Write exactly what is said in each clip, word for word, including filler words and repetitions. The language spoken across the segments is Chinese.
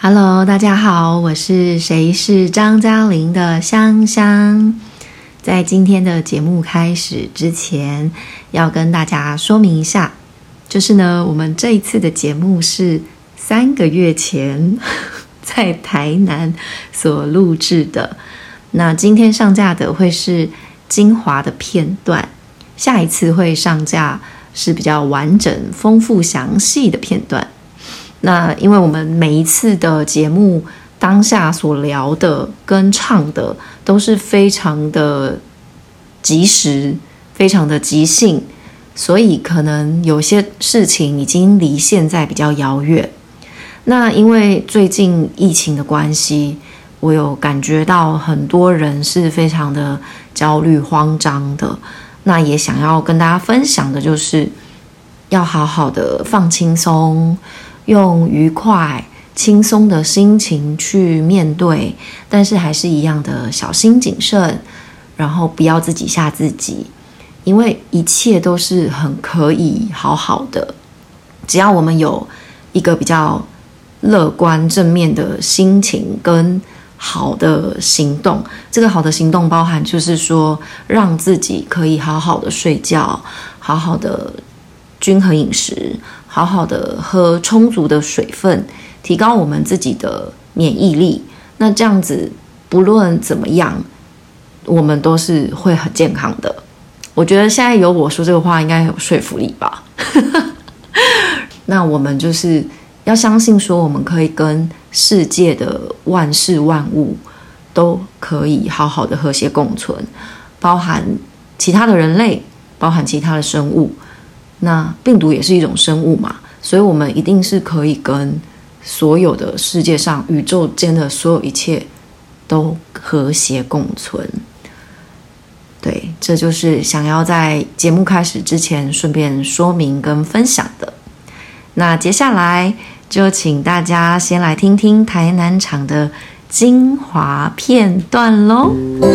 Hello， 大家好，我是谁是张嘉玲的香香。在今天的节目开始之前，要跟大家说明一下，就是呢，我们这一次的节目是三个月前在台南所录制的。那今天上架的会是精华的片段，下一次会上架是比较完整、丰富、详细的片段。那因为我们每一次的节目当下所聊的跟唱的都是非常的及时，非常的即兴，所以可能有些事情已经离现在比较遥远。那因为最近疫情的关系，我有感觉到很多人是非常的焦虑慌张的，那也想要跟大家分享的就是要好好的放轻松，用愉快轻松的心情去面对，但是还是一样的小心谨慎，然后不要自己吓自己，因为一切都是很可以好好的，只要我们有一个比较乐观正面的心情跟好的行动。这个好的行动包含就是说让自己可以好好的睡觉，好好的均衡饮食，好好的喝充足的水分，提高我们自己的免疫力。那这样子不论怎么样，我们都是会很健康的。我觉得现在有我说这个话应该有说服力吧那我们就是要相信说我们可以跟世界的万事万物都可以好好的和谐共存，包含其他的人类，包含其他的生物。那病毒也是一种生物嘛，所以我们一定是可以跟所有的世界上宇宙间的所有一切都和谐共存。对，这就是想要在节目开始之前顺便说明跟分享的。那接下来就请大家先来听听台南场的精华片段咯。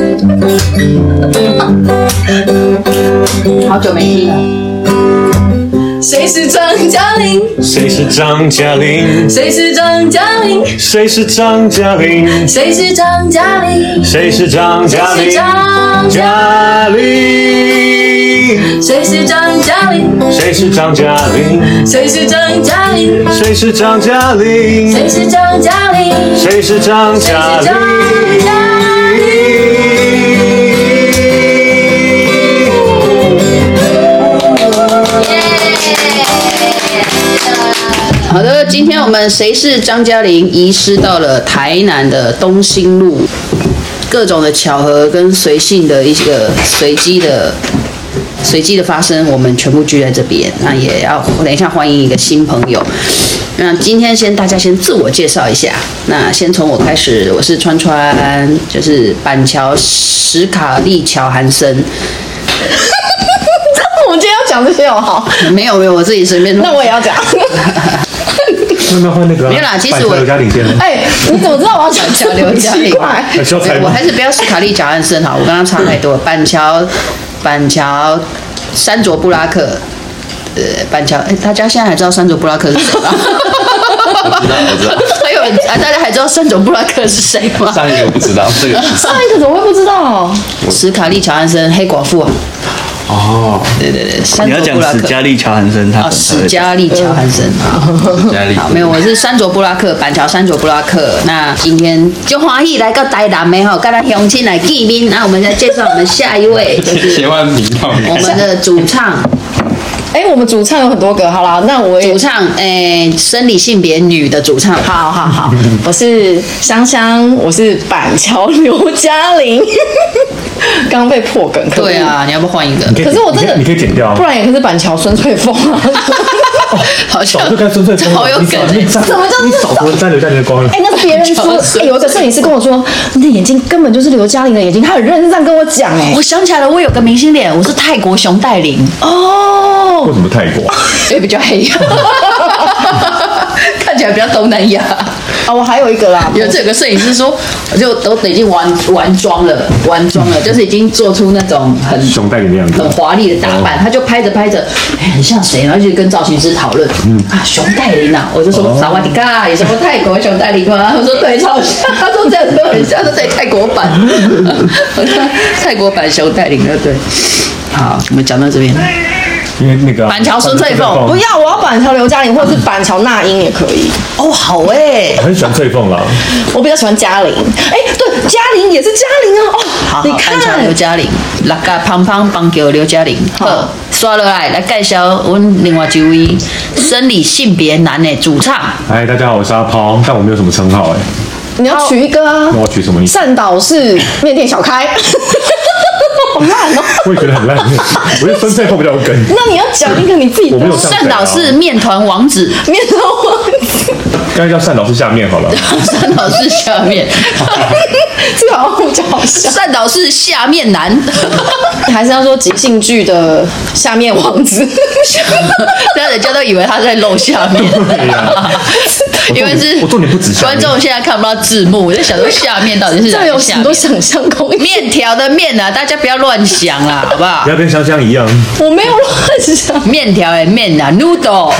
好久没听了。谁是张嘉玲？ 谁是张嘉玲？ 谁是张嘉玲？ 谁是张嘉玲？ 谁是张嘉玲？ 谁是张嘉玲？嘉玲？ 谁是张嘉玲？ 谁是张嘉玲？ 谁是张嘉玲？ 谁是张嘉玲？ 谁是张嘉玲？ 谁是张嘉玲？ 好的，今天我们谁是张嘉玲遗失到了台南的东兴路，各种的巧合跟随性的一个随机的随机的发生，我们全部聚在这边。那也要等一下欢迎一个新朋友。那今天先大家先自我介绍一下。那先从我开始，我是川川，就是板桥史卡利乔韩森。 我今天要讲这些哦，好， 没有没有，我自己随便。 那我也要讲。 那没有换那个、啊？ 没有啦，其实我刘嘉玲先。 哎，你怎么知道我要讲板桥刘嘉玲？我还是不要史卡利乔韩森好，我跟他差太多。板桥板桥山卓布拉克，呃，板桥，哎，大家现在还知道山卓布拉克是谁吗？ 我知道，我知道。 还有人啊，大家还知道山卓布拉克是谁吗？ 上一个我不知道，这个上一个怎么会不知道？ 史卡利乔韩森，黑寡妇啊。 哦， 对对对， 你要讲史嘉丽·乔韩森，他啊，史嘉丽·乔韩森， 嘉丽， 好，没有，我是山卓布拉克，板桥山卓布拉克。那今天就欢喜来到台南的哈，跟咱乡亲来见面。那我们再介绍我们下一位，就是千万名号， 我们的主唱。 哎，我们主唱有很多个，好啦，那我也主唱，哎，生理性别女的主唱， 好好好，我是香香，我是板桥刘嘉玲。刚被破梗，可对啊，你要不换一个？ 可是我真的， 你可以剪掉， 不然也可是板桥孙翠凤啊。 好像早就该孙翠凤了， 好有梗， 怎么叫你少说沾刘嘉玲的光了？ 哎，那是别人说，哎，有一个摄影师跟我说，你的眼睛根本就是刘嘉玲的眼睛，他很认真这样跟我讲，哎， 我想起来了，我有个明星脸，我是泰国熊黛林为什么泰国？ 因为比较黑，看起来比较东南亚。 啊，我还有一个啦， 有这有个摄影师说，就都已经完完妆了，完妆了，就是已经做出那种很熊带领的样子很华丽的打扮，他就拍着拍着，哎，很像谁？然后就跟造型师讨论，啊，熊黛林啊，我就说萨瓦迪卡，有什么泰国熊黛林吗？我说对，超像，他说这样都很像，他说对，泰国版，泰国版熊黛林，对对。好，我们讲到这边。 因为那个板桥孙翠凤不要，我要板桥刘嘉玲，或者是板桥那英也可以。 哦，好哎、 我很喜欢翠凤啦， 我比较喜欢嘉玲。哎，对，嘉玲也是嘉玲啊。哦， 好， 你好，板桥看刘嘉玲，那个胖胖棒球刘嘉玲，好，刷落来来介绍我们另外一位生理性别男的主唱。 哎，大家好，我是阿抛，但我没有什么称号哎， 你要取一个啊那，我取什么？你善导是面店小开。好烂哦！ 我也觉得很烂，我觉得孙翠凤比较有梗。 那你要讲一个你自己的。 我没有上善导是面团王子， 面头王子， 刚才叫善导是下面好了， 善导是下面， 这个好像比较好笑。 善导是下面男， 还是要说即兴剧的下面王子， 但人家都以为他在露下面， 对呀因为是我重点不止下面观众现在看不到字幕，我在想说下面到底是这有哪个下面？ 很多想象空间。 面条的面啊，大家不要乱想啦，好不好不？要跟香香一样， 我没有乱想。 面条的面啊，noodle，noodle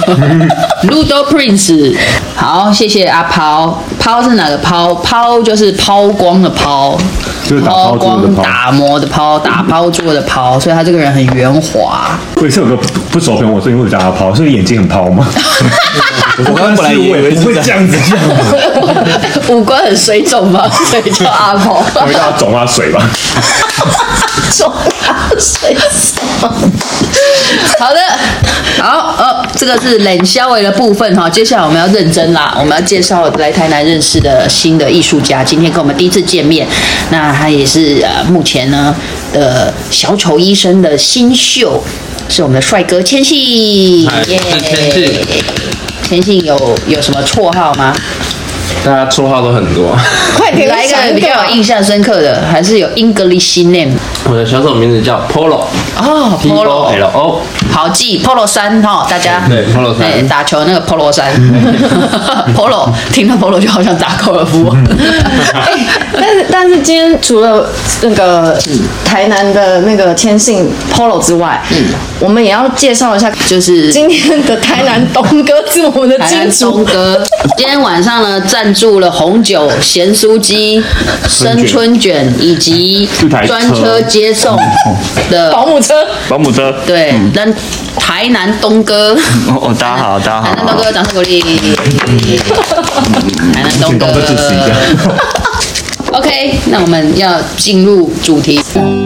prince。好，谢谢阿抛。抛是哪个抛？抛就是抛光的抛， 就是打抛珠的光抛。 打磨的抛，打抛做的抛，所以他这个人很圆滑。 我也是有个不不熟朋友，我最近会叫他抛，所以眼睛很抛吗？ 我刚刚本来也以为不会是这样， 这样子这样子， 五官很水肿吧，所以叫阿抛。 我会叫他肿啊水吧。 中啊，水什么？ 好的，好，呃，这个是冷消维的部分哈。接下来我们要认真啦，我们要介绍来台南认识的新的艺术家，今天跟我们第一次见面。那他也是呃目前呢的小丑医生的新秀，是我们的帅哥千信。 嗨耶是千信。 千信有有什么绰号吗？ 大家绰号都很多。 快点来一个想比较有印象深刻的，还是有 English name 我的小丑名字叫 Polo， 哦 P O L O， 好记 Polo 衫哈，大家对 Polo 衫哎打球那个 Polo 衫，Polo 听到 Polo 就好像打高尔夫。 但是但是今天除了那个台南的那个千信 Polo 之外，嗯，我们也要介绍一下， 就是今天的台南东哥是我们的台南金主。 东哥，今天晚上呢赞助了红酒、咸酥鸡、生春卷以及一台车专车接送的保姆车， 保姆车。 对，但台南东哥， 哦哦，大家好，大家好台南东。哥，掌声鼓励。台南东哥请东哥支持一下。 OK，那我们要进入主题。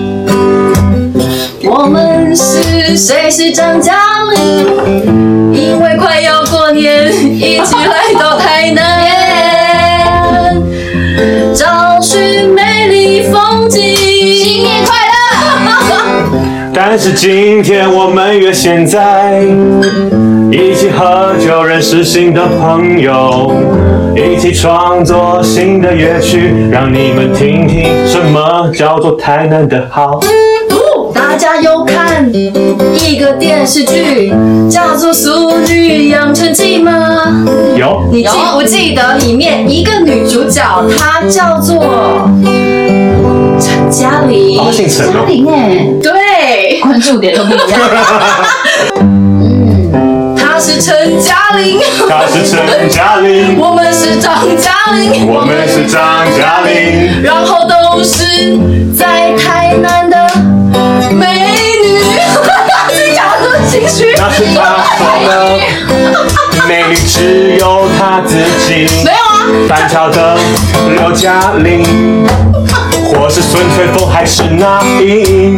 我们是谁是张嘉玲？因为快要过年，一起来到台南，找寻美丽风景。新年快乐！ 但是今天我们约现在，一起喝酒，认识新的朋友，一起创作新的乐曲，让你们听听什么叫做台南的好。 大家有看一个电视剧叫做《俗女养成记》吗？ 有， 你记不记得里面一个女主角，她叫做陈嘉玲？ 哦，姓陈哦。 玲哎， 对， 关注点都不一样。 她是陈嘉玲， 他是陈嘉玲， 我们是张嘉玲， 我们是张嘉玲， 然后都是在台南的美女。自己讲得多情绪。 那是他说的，美丽只有他自己。 没有啊， 板桥的刘嘉玲，或是孙翠凤还是那英，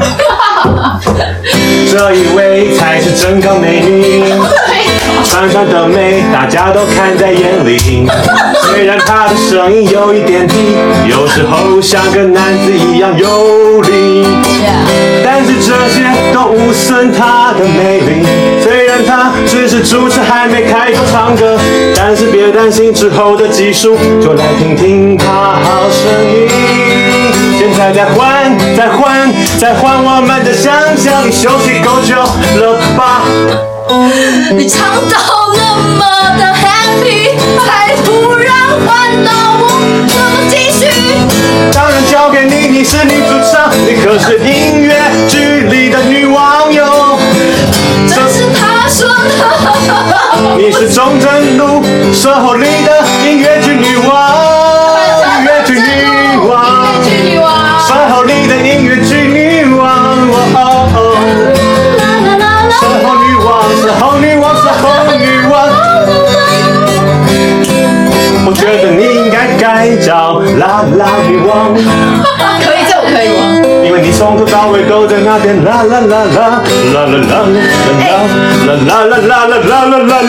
这一位才是真高美女。frank川的美，大家都看在眼里。虽然她的声音有一点低，有时候像个男子一样有力，但是这些都无损她的魅力。虽然她只是主持还没开口唱歌，但是别担心之后的技术，就来听听她好声音。现在再换，再换，再换我们的想象，你休息够久了吧？ 你唱到那么的 happy，才突然身后里的音乐剧女王，音乐剧女王，身后里的音乐剧女王，哦哦，身后女王，身后女王，身后女王。我觉得你应该改叫啦啦女王。 可以，这我可以吗？ 因为你从头到尾都在那边啦啦啦啦啦啦啦啦啦啦啦啦啦啦啦啦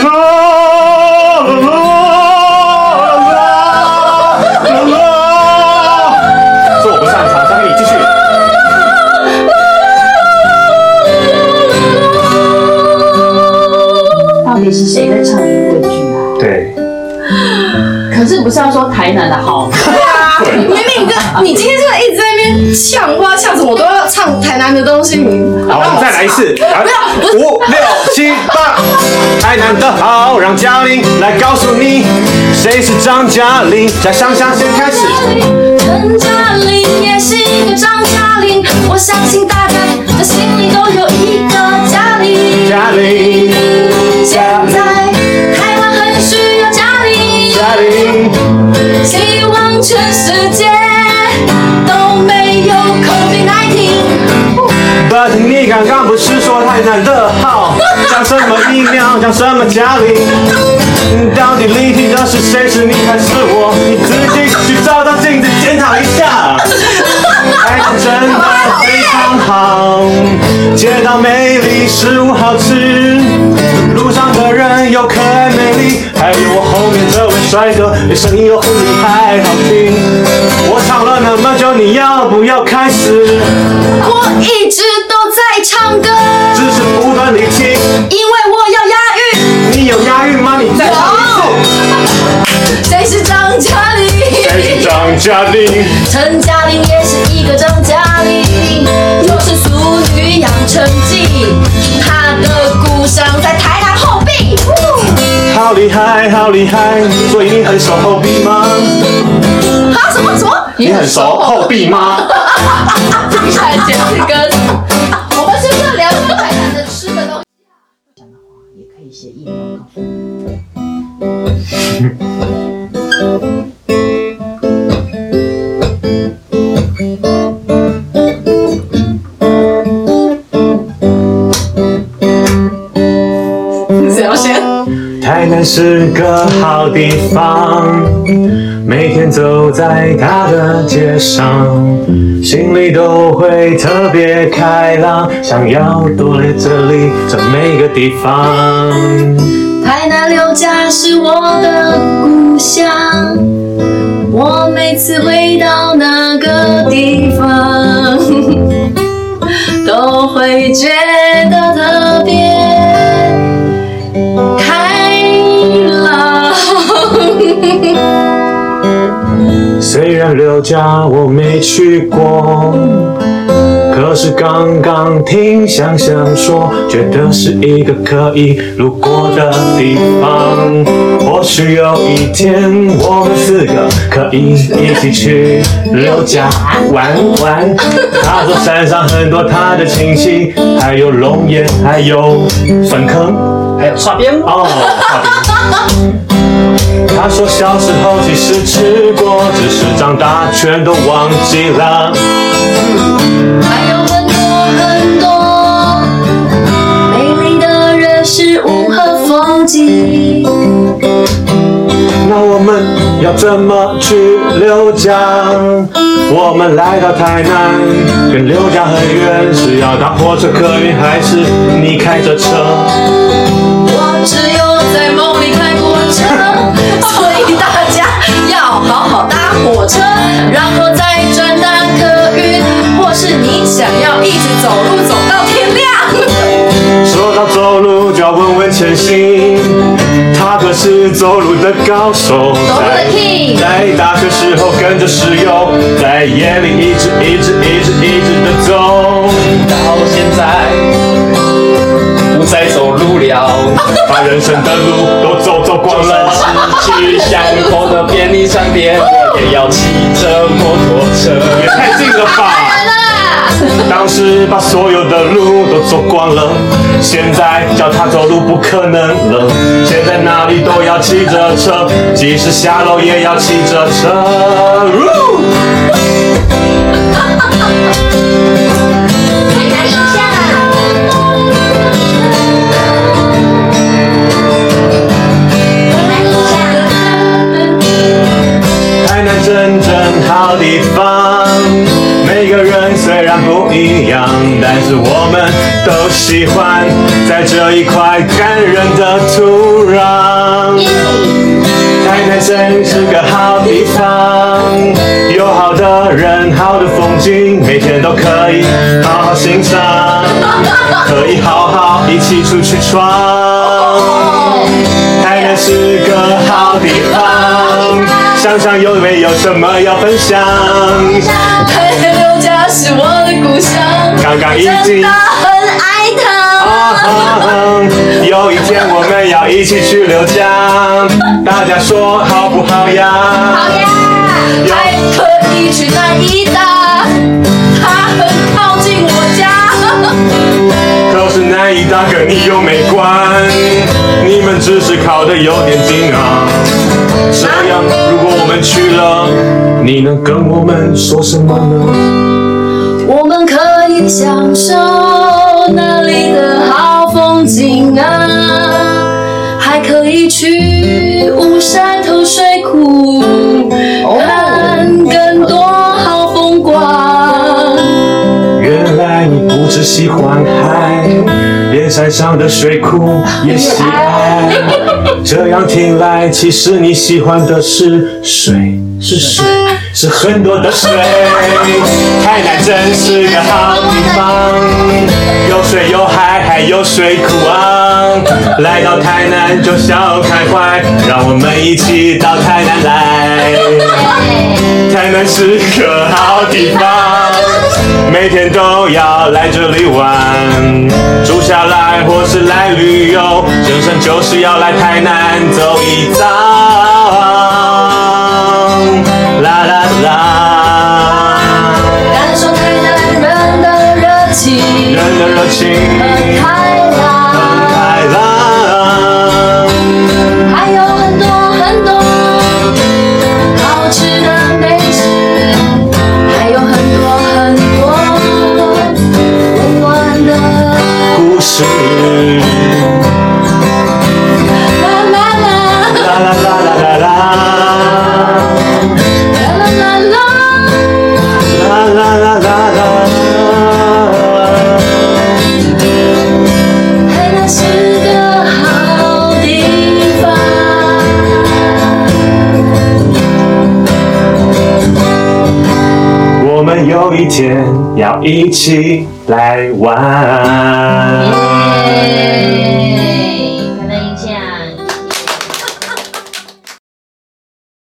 啦。这我不擅长，交给你继续。 到底是谁在唱音乐剧啊？ 对。 可是不是要说台南的好？ 明明哥，你今天真的一直在那边呛，不知道呛什么，我都要唱台南的东西。 好，我们再来一次。五六七八，台南的好，让嘉玲来告诉你，谁是张嘉玲。在香香先开始。 陈嘉玲也是一个张嘉玲，我相信大家的心里都有一个嘉玲。 嘉玲， 现在台湾很需要嘉玲。 嘉玲， 希望全世界都没有 COVID 十九。 But 你刚刚不是说台南的好，讲什么疫苗，讲什么嘉玲？到底离题的是谁？是你还是我？你自己去照照镜子检讨一下。台南真的非常好，街道美丽，食物好吃，路上的人又可爱美丽，还有我后面这位帅哥，声音又很厉害好听。我唱了那么久，你要不要开始？ 我一直都在唱歌， 只是不断地听。 因为我要押韵。 你有押韵吗？你再唱一次。谁是张嘉玲？ 谁是张嘉玲？ 陈嘉玲也是一个张嘉玲，就是《俗女养成记》，她的故乡在台南后壁。 好厉害，好厉害！所以你很熟后壁吗？ 啊，什么什么？ 你很熟后壁吗？ 听起来简直跟我们是不是聊台南的吃的东西？ 讲的话也可以写 email 告诉我。 谁要先？ 台南是个好地方，每天走在它的街上，心里都会特别开朗，想要多来这里这每个地方。 台南六甲是我的故乡，我每次回到那个地方，都会觉得特别开朗。 虽然六甲我没去过，可是刚刚听香香说，觉得是一个可以路过的地方。或许有一天，我们四个可以一起去六甲玩玩。他说山上很多他的亲戚，还有龙岩，还有笋坑， 还有刷边哦，好饼。他说小时候其实吃过，只是长大全都忘记了。 还有很多很多美丽的人事物和风景。 那我们要怎么去六甲？我们来到台南，跟六甲很远，是要搭火车客运，还是你开着车？ 我只有在梦里开过车，所以大家要好好搭火车，然后再转搭客运，或是你想要一直走路走到天亮。 说到走路，就要问问千行，他可是走路的高手，在在大学时候跟着室友，在夜里一直一直一直一直的走， 到现在不再走路了， 把人生的路都走走光了。 去巷口的便利商店，我也要骑着摩托车。 也太近了吧！ 当时把所有的路都走光了，现在叫他走路不可能了。现在哪里都要骑着车，即使下楼也要骑着车。台南真正好地方，每个人虽然不一样，但是我们都喜欢在这一块感人的土壤。台南真是个好地方，有好的人，好的风景，每天都可以好好欣赏，可以好好一起出去闯。台南是个好地方，想想有没有什么要分享？ 台南六家是我的故乡， 刚刚已经真的很爱它。 有一天我们要一起去柳江，大家说好不好呀？ 好呀，还可以去南医大，它很靠近我家。 可是南医大跟你又没关，你们只是靠得有点近啊。这样，如果我们去了，你能跟我们说什么呢？ 我们可以享受那里的好风景啊，还可以去乌山头水库看更多好风光。 原来你不只喜欢海，连山上的水库也喜爱。这样听来，其实你喜欢的是水，是水，是很多的水。台南真是个好地方，有水有海还有水库啊！来到台南就笑开怀，让我们一起到台南来。台南是个好地方，每天都要来这里玩，住下来或是来旅游，人生就是要来台南走一遭。啦啦啦， 感受台南人的热情， 人的热情很开朗， 很开朗， 还有很多很多好吃的美食，还有很多很多温暖的故事。 啦啦啦啦啦啦啦啦啦， 啦啦啦啦。 啦啦啦啦啦。 台南是个好地方。 我们有一天要一起来玩。